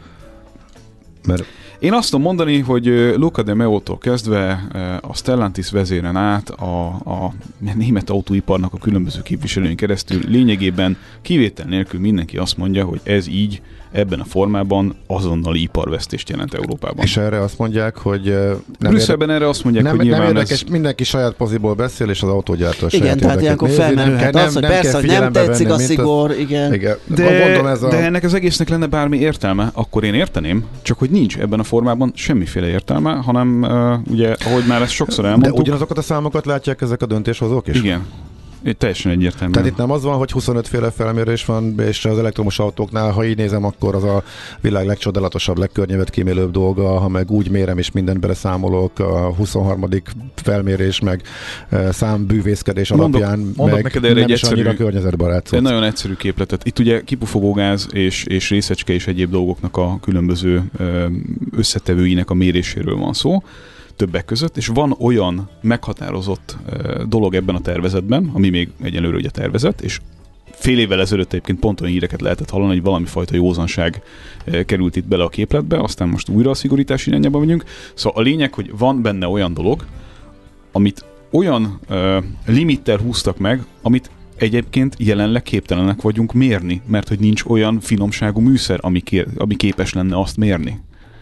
Mert... Én azt tudom mondani, hogy Luca de Meo-tól kezdve a Stellantis vezéren át a, a német autóiparnak a különböző képviselőin keresztül lényegében kivétel nélkül mindenki azt mondja, hogy ez így ebben a formában azonnali iparvesztést jelent Európában. És erre azt mondják, hogy... Nem Brüsszelben érde... erre azt mondják, nem, hogy nyilván nem érdekes, ez... mindenki saját poziból beszél, és az autógyártó igen, saját tehát ilyenkor felmerülhet az, hogy persze, hogy nem tetszik a szigor, az... igen. igen. De, mondom, ez a... de ennek az egésznek lenne bármi értelme, akkor én érteném, csak hogy nincs ebben a formában semmiféle értelme, hanem uh, ugye, ahogy már ezt sokszor elmondtuk... De ugyanazokat a számokat látják ezek a döntéshozók is? Igen. Teljesen egyértelmű. Tehát itt nem az van, hogy huszonöt féle felmérés van, és az elektromos autóknál, ha így nézem, akkor az a világ legcsodálatosabb, legkörnyevetkímélőbb dolga, ha meg úgy mérem és mindent beleszámolok, a huszonharmadik felmérés, meg számbűvészkedés alapján, mondok, mondok meg neked erre nem egy is egyszerű, annyira környezetbarát. Egy nagyon egyszerű képletet. Itt ugye kipufogógáz és, és részecske és egyéb dolgoknak a különböző összetevőinek a méréséről van szó, többek között, és van olyan meghatározott uh, dolog ebben a tervezetben, ami még egyelőre ugye tervezet, és fél évvel ezelőtt egyébként pont olyan híreket lehetett hallani, hogy valami fajta józanság uh, került itt bele a képletbe, aztán most újra a szigorítás irányába megyünk. Szóval a lényeg, hogy van benne olyan dolog, amit olyan uh, limittel húztak meg, amit egyébként jelenleg képtelenek vagyunk mérni, mert hogy nincs olyan finomságú műszer, ami, ké- ami képes lenne azt mérni.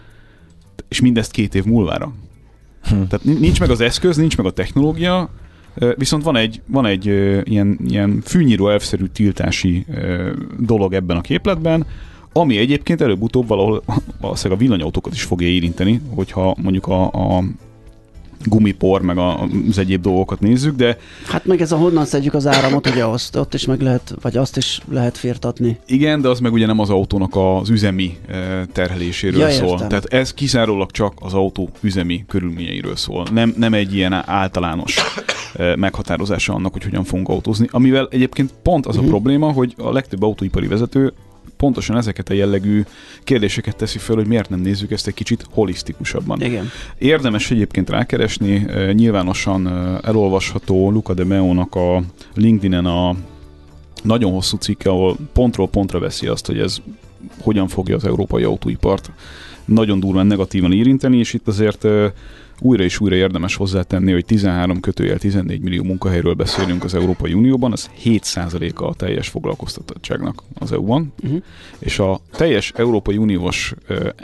És mindezt két év múlvára. Hm. Tehát nincs meg az eszköz, nincs meg a technológia, viszont van egy, van egy ilyen, ilyen fűnyíró elvszerű tiltási dolog ebben a képletben, ami egyébként előbb-utóbb valahol valószínűleg a villanyautókat is fogja érinteni, hogyha mondjuk a, a gumipor, meg az egyéb dolgokat nézzük, de... Hát meg ez a honnan szedjük az áramot, ugye azt, ott is meg lehet, vagy azt is lehet firtatni. Igen, de az meg ugye nem az autónak az üzemi terheléséről ja, szól. értem. Tehát ez kizárólag csak az autó üzemi körülményeiről szól. Nem, nem egy ilyen általános meghatározása annak, hogy hogyan fogunk autózni. Amivel egyébként pont az uh-huh. a probléma, hogy a legtöbb autóipari vezető pontosan ezeket a jellegű kérdéseket teszi föl, hogy miért nem nézzük ezt egy kicsit holisztikusabban. Igen. Érdemes egyébként rákeresni, nyilvánosan elolvasható Luca de Meo-nak a LinkedIn-en a nagyon hosszú cikke, ahol pontról pontra veszi azt, hogy ez hogyan fogja az európai autóipart nagyon durván negatívan érinteni, és itt azért újra és újra érdemes hozzátenni, hogy tizenhárom kötőjel tizennégy millió munkahelyről beszélünk az Európai Unióban, az hét százaléka a teljes foglalkoztatottságnak az é u-ban, uh-huh. és a teljes Európai Uniós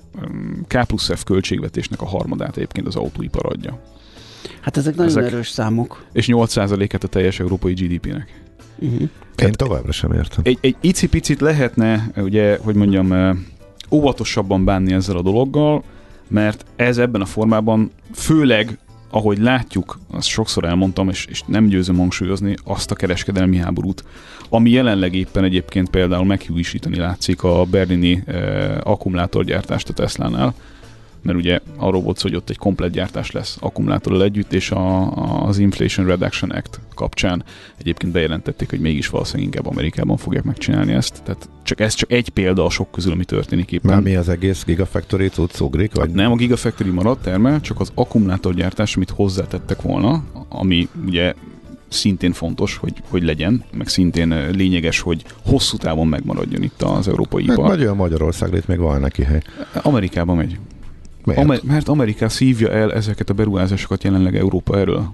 K plusz F költségvetésnek a harmadát egyébként az autóipar adja. Hát ezek nagyon ezek, erős számok. És nyolc százalékát a teljes európai gé dé pének. Uh-huh. Én továbbra sem értem. Egy, egy icipicit lehetne, ugye, hogy mondjam, óvatosabban bánni ezzel a dologgal, mert ez ebben a formában, főleg, ahogy látjuk, azt sokszor elmondtam, és, és nem győzöm hangsúlyozni, azt a kereskedelmi háborút, ami jelenleg éppen egyébként például meghűsíteni látszik a berlini eh, akkumulátorgyártást a Teslánál, mert ugye arról volt szó, hogy ott egy komplett gyártás lesz akkumulátorral együtt, és a, a, az Inflation Reduction Act kapcsán egyébként bejelentették, hogy mégis valószínűleg inkább Amerikában fogják megcsinálni ezt. Tehát csak ez csak egy példa a sok közül, ami történik éppen. Már mi az egész Gigafactory cucc ugrik? Vagy? Nem, a Gigafactory maradt termel, csak az akkumulátorgyártás, amit hozzátettek volna, ami ugye szintén fontos, hogy, hogy legyen, meg szintén lényeges, hogy hosszú távon megmaradjon itt az európai ipar. Meg olyan Magyarországra itt még van neki hely. Amerikában megy. Amer- mert Amerika szívja el ezeket a beruházásokat jelenleg Európa erről.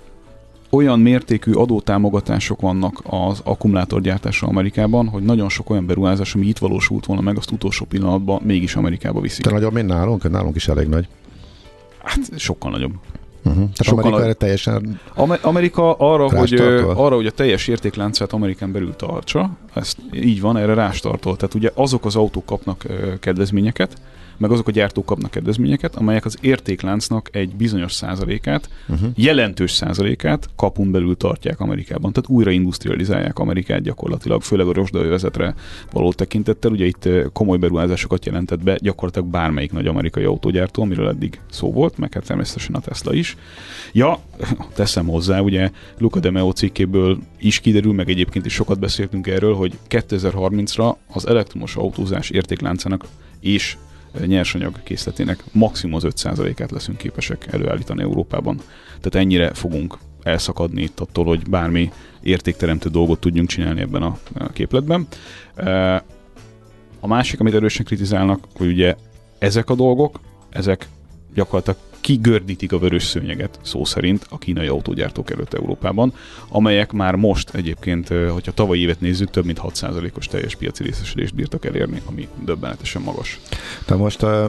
Olyan mértékű adótámogatások vannak az akkumulátorgyártásra Amerikában, hogy nagyon sok olyan beruházás, ami itt valósult volna meg, azt utolsó pillanatban mégis Amerikába viszik. Te nagyobb, mint nálunk? Nálunk is elég nagy. Hát sokkal nagyobb. Uh-huh. Tehát Sokan Amerika erre teljesen Amerika arra hogy, arra, hogy a teljes értékláncát Amerikán belül tartsa, ezt így van, erre rástartol. Tehát ugye azok az autók kapnak kedvezményeket, meg azok a gyártók kapnak kedvezményeket, amelyek az értékláncnak egy bizonyos százalékát, uh-huh. jelentős százalékát kapun belül tartják Amerikában. Tehát újra industrializálják Amerikát gyakorlatilag, főleg a rozsdaövezetre való tekintettel. Ugye itt komoly beruházásokat jelentett be gyakorlatilag bármelyik nagy amerikai autógyártó, amiről eddig szó volt, meg hát természetesen a Tesla is. Ja, teszem hozzá, ugye Luca de Meo cikkéből is kiderül, meg egyébként is sokat beszéltünk erről, hogy kétezer-harmincra az elektromos autózás értékláncának és nyersanyag készletének maximum az öt százalékát leszünk képesek előállítani Európában. Tehát ennyire fogunk elszakadni itt attól, hogy bármi értékteremtő dolgot tudjunk csinálni ebben a képletben. A másik, amit erősen kritizálnak, hogy ugye ezek a dolgok, ezek gyakorlatilag kigördítik a vörös szőnyeget, szó szerint, a kínai autógyártók előtt Európában, amelyek már most egyébként, hogyha tavalyi évet nézzük, több mint hat százalékos teljes piaci részesedést bírtak elérni, ami döbbenetesen magas. De most uh,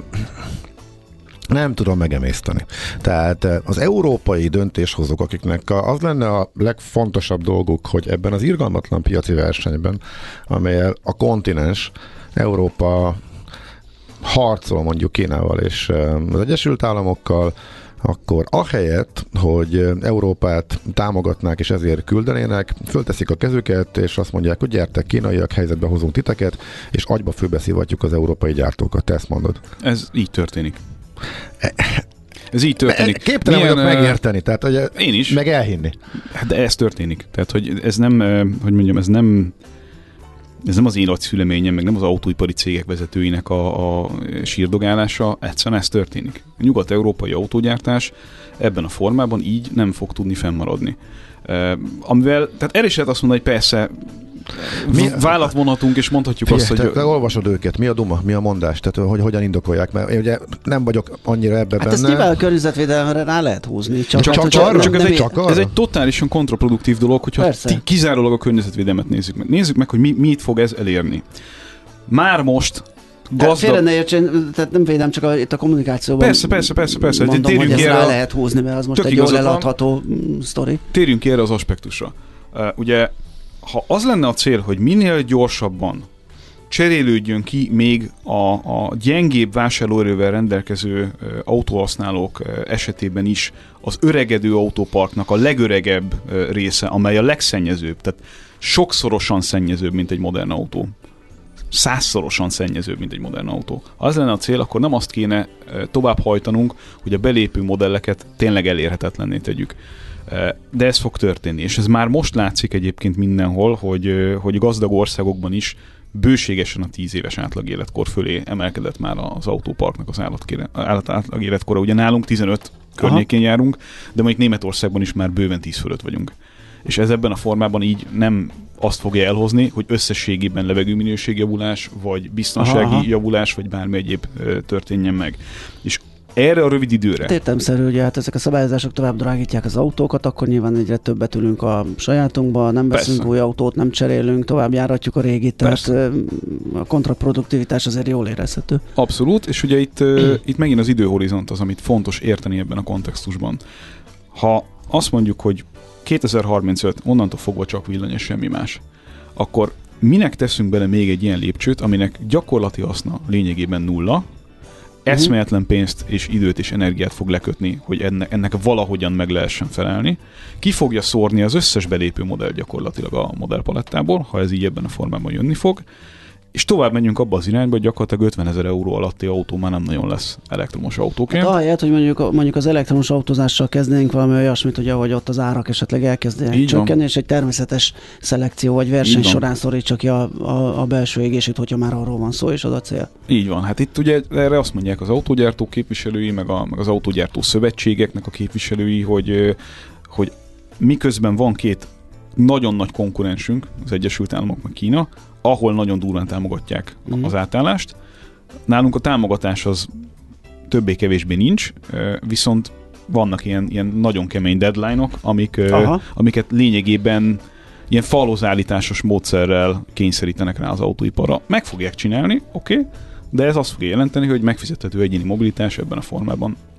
nem tudom megemészteni. Tehát az európai döntéshozók, akiknek az lenne a legfontosabb dolguk, hogy ebben az irgalmatlan piaci versenyben, amelyel a kontinens, Európa harcol mondjuk Kínával és az Egyesült Államokkal, akkor ahelyett, hogy Európát támogatnák és ezért küldenének, fölteszik a kezüket, és azt mondják, hogy gyertek kínaiak, helyzetbe hozunk titeket, és agyba főbe szivatjuk az európai gyártókat. Te ezt mondod. Ez így történik. Ez így történik. Képtelen Milyen, vagyok megérteni, tehát ugye, én is. Meg elhinni. De ez történik. Tehát, hogy ez nem, hogy mondjam, ez nem Ez nem az én agyszüleményem, meg nem az autóipari cégek vezetőinek a, a sírdogálása, egyszerűen ez történik. A nyugat-európai autógyártás ebben a formában így nem fog tudni fennmaradni. Uh, amivel, tehát el is lehet azt mondani, hogy persze mi, vállat vonhatunk, és mondhatjuk figyelj, azt, hogy... Te olvasod őket, mi a duma, mi a mondás, tehát hogy hogyan indokolják, mert én ugye nem vagyok annyira ebben hát benne. Hát ezt nyilván a környezetvédelemre rá lehet húzni. Csak, csak, csak, csak, csak, ez, egy, csak ez egy totálisan kontraproduktív dolog, hogyha ti, kizárólag a környezetvédelmet nézzük meg. Nézzük meg, hogy mi, mit fog ez elérni. Már most gazdag... Félre ne értsen, tehát nem védem, csak a, itt a kommunikációban persze, persze, persze, persze. mondom, hogy ezt rá lehet húzni, mert az most egy jól eladható sztori. Térjünk ki erre az aspektusra. Uh, ugye ha az lenne a cél, hogy minél gyorsabban cserélődjön ki még a, a gyengébb vásárlóerővel rendelkező uh, autóhasználók uh, esetében is az öregedő autóparknak a legöregebb uh, része, amely a legszennyezőbb, tehát sokszorosan szennyezőbb, mint egy modern autó. Százszorosan szennyezőbb, mint egy modern autó. Ha az lenne a cél, akkor nem azt kéne uh, tovább hajtanunk, hogy a belépő modelleket tényleg elérhetetlenné tegyük. De ez fog történni, és ez már most látszik egyébként mindenhol, hogy, hogy gazdag országokban is bőségesen a tíz éves átlag életkor fölé emelkedett már az autóparknak az állat átlag életkora. Ugye nálunk tizenöt környékén Aha. járunk, de mondjuk Németországban is már bőven tíz fölött vagyunk. És ez ebben a formában így nem azt fogja elhozni, hogy összességében levegőminőségjavulás, vagy biztonsági Aha. javulás, vagy bármi egyéb történjen meg. És erre a rövid időre. Hát értelemszerű, ugye hát ezek a szabályozások tovább drágítják az autókat, akkor nyilván egyre többet ülünk a sajátunkba, nem veszünk Persze. új autót, nem cserélünk, tovább járatjuk a régit, tehát Persze. a kontraproduktivitás azért jól érezhető. Abszolút, és ugye itt, uh, itt megint az időhorizont az, amit fontos érteni ebben a kontextusban. Ha azt mondjuk, hogy kétezer-harmincöt onnantól fogva csak villany és semmi más, akkor minek teszünk bele még egy ilyen lépcsőt, aminek gyakorlati haszna lényegében nulla, eszméletlen pénzt és időt és energiát fog lekötni, hogy ennek, ennek valahogyan meg lehessen felelni. Ki fogja szórni az összes belépő modell gyakorlatilag a modellpalettából, ha ez így ebben a formában jönni fog, és tovább menjünk abba az irányba, hogy gyakorlatilag ötvenezer euró alatti autó már nem nagyon lesz elektromos autóként. Hát ahelyett, hogy mondjuk, mondjuk az elektromos autózással kezdenénk valami olyasmit, hogy ahogy ott az árak esetleg elkezdenek csökkenni, és egy természetes szelekció vagy verseny során szorítsa ki a, a, a belső égését, hogyha már arról van szó, és az a cél. Így van. Hát itt ugye erre azt mondják az autógyártó képviselői, meg, a, meg az autógyártó szövetségeknek a képviselői, hogy, hogy miközben van két nagyon nagy konkurensünk, az Egyesült Államok meg Kína, ahol nagyon durván támogatják mm. az átállást. Nálunk a támogatás az többé-kevésbé nincs, viszont vannak ilyen, ilyen nagyon kemény deadline-ok, amik, amiket lényegében ilyen falhozállításos módszerrel kényszerítenek rá az autóiparra. Meg fogják csinálni, oké, okay, de ez azt fogja jelenteni, hogy megfizethető egyéni mobilitás ebben a formában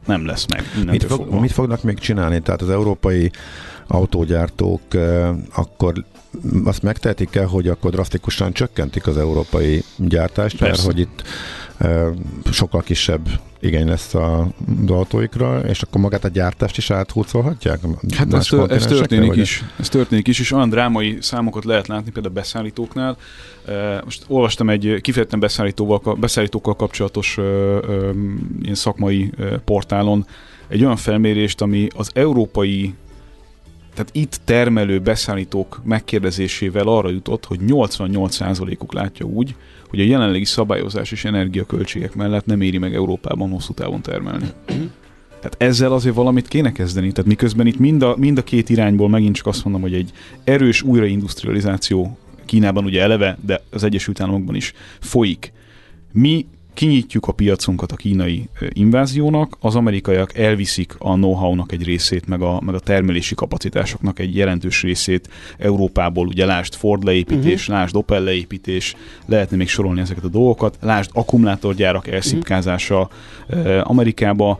nem lesz meg. Mit, fog, mit fognak még csinálni? Tehát az európai autógyártók eh, akkor azt megtehetik el, hogy akkor drasztikusan csökkentik az európai gyártást, Persze. mert hogy itt e, sokkal kisebb igény lesz az autóikra, és akkor magát a gyártást is áthúzolhatják? Hát ez, ez történik vagy? is. Ez történik is, és olyan drámai számokat lehet látni például a beszállítóknál. Most olvastam egy kifejezetten beszállítóval, beszállítókkal kapcsolatos ilyen szakmai portálon egy olyan felmérést, ami az európai, tehát itt termelő beszállítók megkérdezésével arra jutott, hogy nyolcvannyolc százalékuk látja úgy, hogy a jelenlegi szabályozás és energiaköltségek mellett nem éri meg Európában hosszú távon termelni. Tehát ezzel azért valamit kéne kezdeni. Tehát miközben itt mind a, mind a két irányból megint csak azt mondom, hogy egy erős újraindustrializáció Kínában ugye eleve, de az Egyesült Államokban is folyik. Mi kinyitjuk a piacunkat a kínai inváziónak, az amerikaiak elviszik a know-how-nak egy részét, meg a, meg a termelési kapacitásoknak egy jelentős részét Európából, ugye lásd Ford leépítés, uh-huh. lásd Opel leépítés, lehetne még sorolni ezeket a dolgokat, lásd akkumulátorgyárak elszipkázása uh-huh. Amerikába.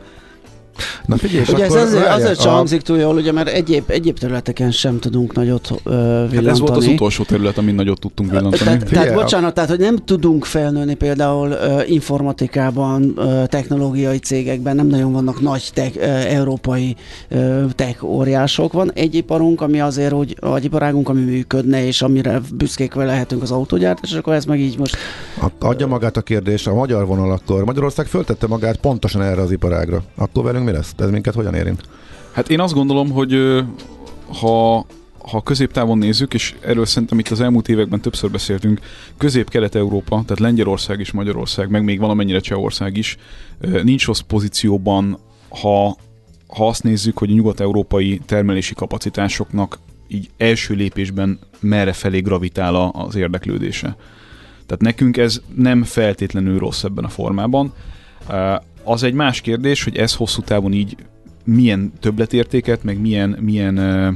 Na figyelj, ugye ez azért, azért sem hangzik túl jól, ugye, mert egyéb, egyéb területeken sem tudunk nagyot uh, villantani. Hát ez volt az utolsó terület, amin nagyot tudtunk villantani. Tehát, tehát bocsánat, tehát hogy nem tudunk felnőni például uh, informatikában, uh, technológiai cégekben, nem nagyon vannak nagy tech, uh, európai uh, tech óriások. Van egy iparunk, ami azért úgy, vagy iparágunk, ami működne, és amire büszkék lehetünk az autógyártás, és akkor ez meg így most... Adja magát a kérdés, a magyar vonal akkor. Magyarország föltette magát pontosan erre az iparágra. Akkor velünk mi lesz? Ez minket hogyan érint? Hát én azt gondolom, hogy ha, ha középtávon nézzük, és erről szerintem itt az elmúlt években többször beszéltünk, Közép-Kelet-Európa, tehát Lengyelország és Magyarország, meg még valamennyire Csehország is nincs rossz pozícióban, ha, ha azt nézzük, hogy a nyugat-európai termelési kapacitásoknak így első lépésben merre felé gravitál az érdeklődése. Tehát nekünk ez nem feltétlenül rossz ebben a formában. Az egy más kérdés, hogy ez hosszú távon így milyen többletértéket, meg milyen, milyen, uh,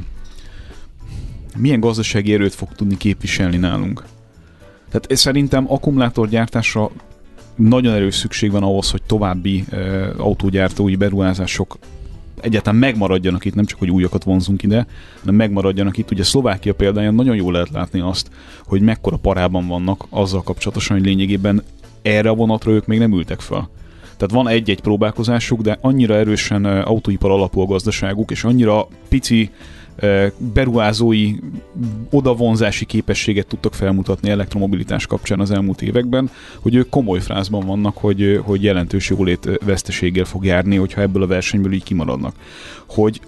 milyen gazdasági erőt fog tudni képviselni nálunk. Tehát szerintem akkumulátorgyártásra nagyon erős szükség van ahhoz, hogy további uh, autógyártói beruházások egyáltalán megmaradjanak itt, nem csak, hogy újakat vonzunk ide, hanem megmaradjanak itt. Ugye Szlovákia példáján nagyon jól lehet látni azt, hogy mekkora parában vannak azzal kapcsolatosan, hogy lényegében erre a vonatra ők még nem ültek fel. Tehát van egy-egy próbálkozásuk, de annyira erősen autóipar alapú a gazdaságuk, és annyira pici beruházói odavonzási képességet tudtak felmutatni elektromobilitás kapcsán az elmúlt években, hogy ők komoly frázban vannak, hogy, hogy jelentős jólét veszteséggel fog járni, hogyha ebből a versenyből így kimaradnak. Hogy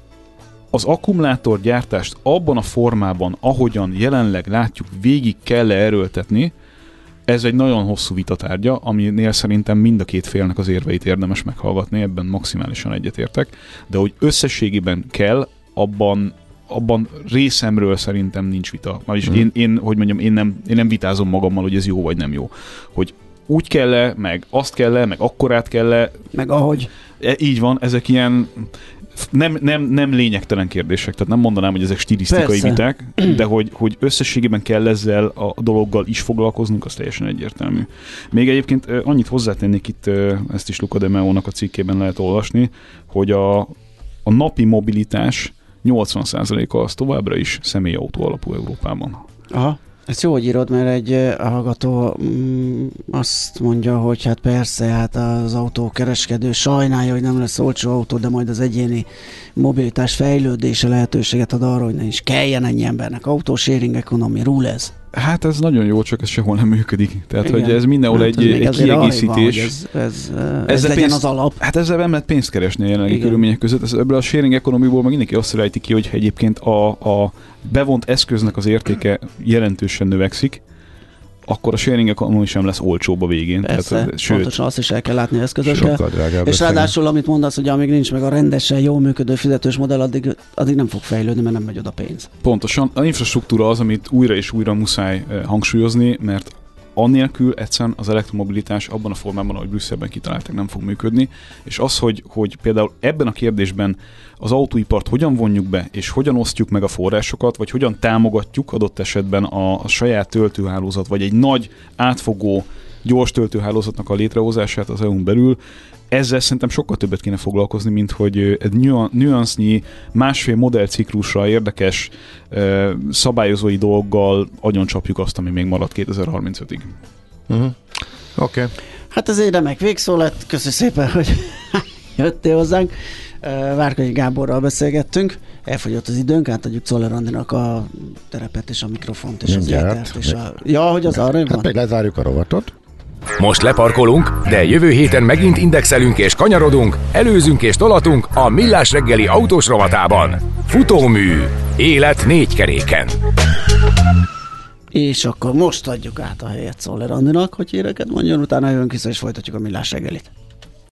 az akkumulátorgyártást abban a formában, ahogyan jelenleg látjuk, végig kell-e erőltetni, ez egy nagyon hosszú vitatárgya, aminél szerintem mind a két félnek az érveit érdemes meghallgatni, ebben maximálisan egyetértek, de hogy összességében kell, abban, abban részemről szerintem nincs vita. Vagyis hmm. én, én, hogy mondjam, én nem, én nem vitázom magammal, hogy ez jó vagy nem jó. Hogy úgy kell-e, meg azt kell-e, meg akkorát kell-e. Meg ahogy. E, így van, ezek ilyen nem, nem, nem lényegtelen kérdések, tehát nem mondanám, hogy ezek stilisztikai Persze. viták, de hogy, hogy összességében kell ezzel a dologgal is foglalkoznunk, az teljesen egyértelmű. Még egyébként annyit hozzátennék itt, ezt is Luca de Meo-nak a cikkében lehet olvasni, hogy a, a napi mobilitás nyolcvan százaléka az továbbra is személyautó alapú Európában. Aha. Ezt jó, hogy írod, mert egy hallgató mm, azt mondja, hogy hát persze, hát az autókereskedő sajnálja, hogy nem lesz olcsó autó, de majd az egyéni mobilitás fejlődése lehetőséget ad arra, hogy ne is kelljen ennyi embernek autó, sharing economy, rule ez. Hát ez nagyon jó, csak ez sehol nem működik. Tehát, igen. hogy ez mindenhol hát, egy, egy kiegészítés. Van, ez, ez, ez legyen pénzt, az alap. Hát ezzel nem lehet pénzt keresni a jelenlegi körülmények között. Ez, ebből a sharing economyból meg mindenki azt rejti ki, hogy egyébként a, a bevont eszköznek az értéke jelentősen növekszik, akkor a sharing economy sem lesz olcsóbb a végén. Persze, tehát, sőt, pontosan azt is el kell látni eszközökkel. És ráadásul, amit mondasz, hogy amíg nincs meg a rendesen, jól működő fizetős modell, addig, addig nem fog fejlődni, mert nem megy oda pénz. Pontosan. A infrastruktúra az, amit újra és újra muszáj hangsúlyozni, mert annélkül egyszerűen az elektromobilitás abban a formában, ahogy Brüsszelben kitalálták, nem fog működni, és az, hogy, hogy például ebben a kérdésben az autóipart hogyan vonjuk be, és hogyan osztjuk meg a forrásokat, vagy hogyan támogatjuk adott esetben a, a saját töltőhálózat, vagy egy nagy, átfogó gyors töltőhálózatnak a létrehozását az é u-n belül. Ezzel szerintem sokkal többet kéne foglalkozni, mint hogy egy nüansznyi, másfél modellciklusra érdekes szabályozói dolggal agyoncsapjuk azt, ami még maradt kétezer-harmincötig. Uh-huh. Oké. Okay. Hát ez egy remek végszó lett. Köszönjük szépen, hogy jöttél hozzánk. Várkonyi Gáborral beszélgettünk. Elfogyott az időnk, átadjuk Czoller Andinak a terepet és a mikrofont és az étert. És a... Ja, hogy az arra van? Hát meg lezárjuk a rovatot. Most leparkolunk, de jövő héten megint indexelünk és kanyarodunk, előzünk és tolatunk a Millás reggeli autós rovatában. Futómű. Élet négy keréken. És akkor most adjuk át a helyet Czoller Andinak, hogy híreket mondjon, utána jövünk vissza és folytatjuk a Millás reggelit.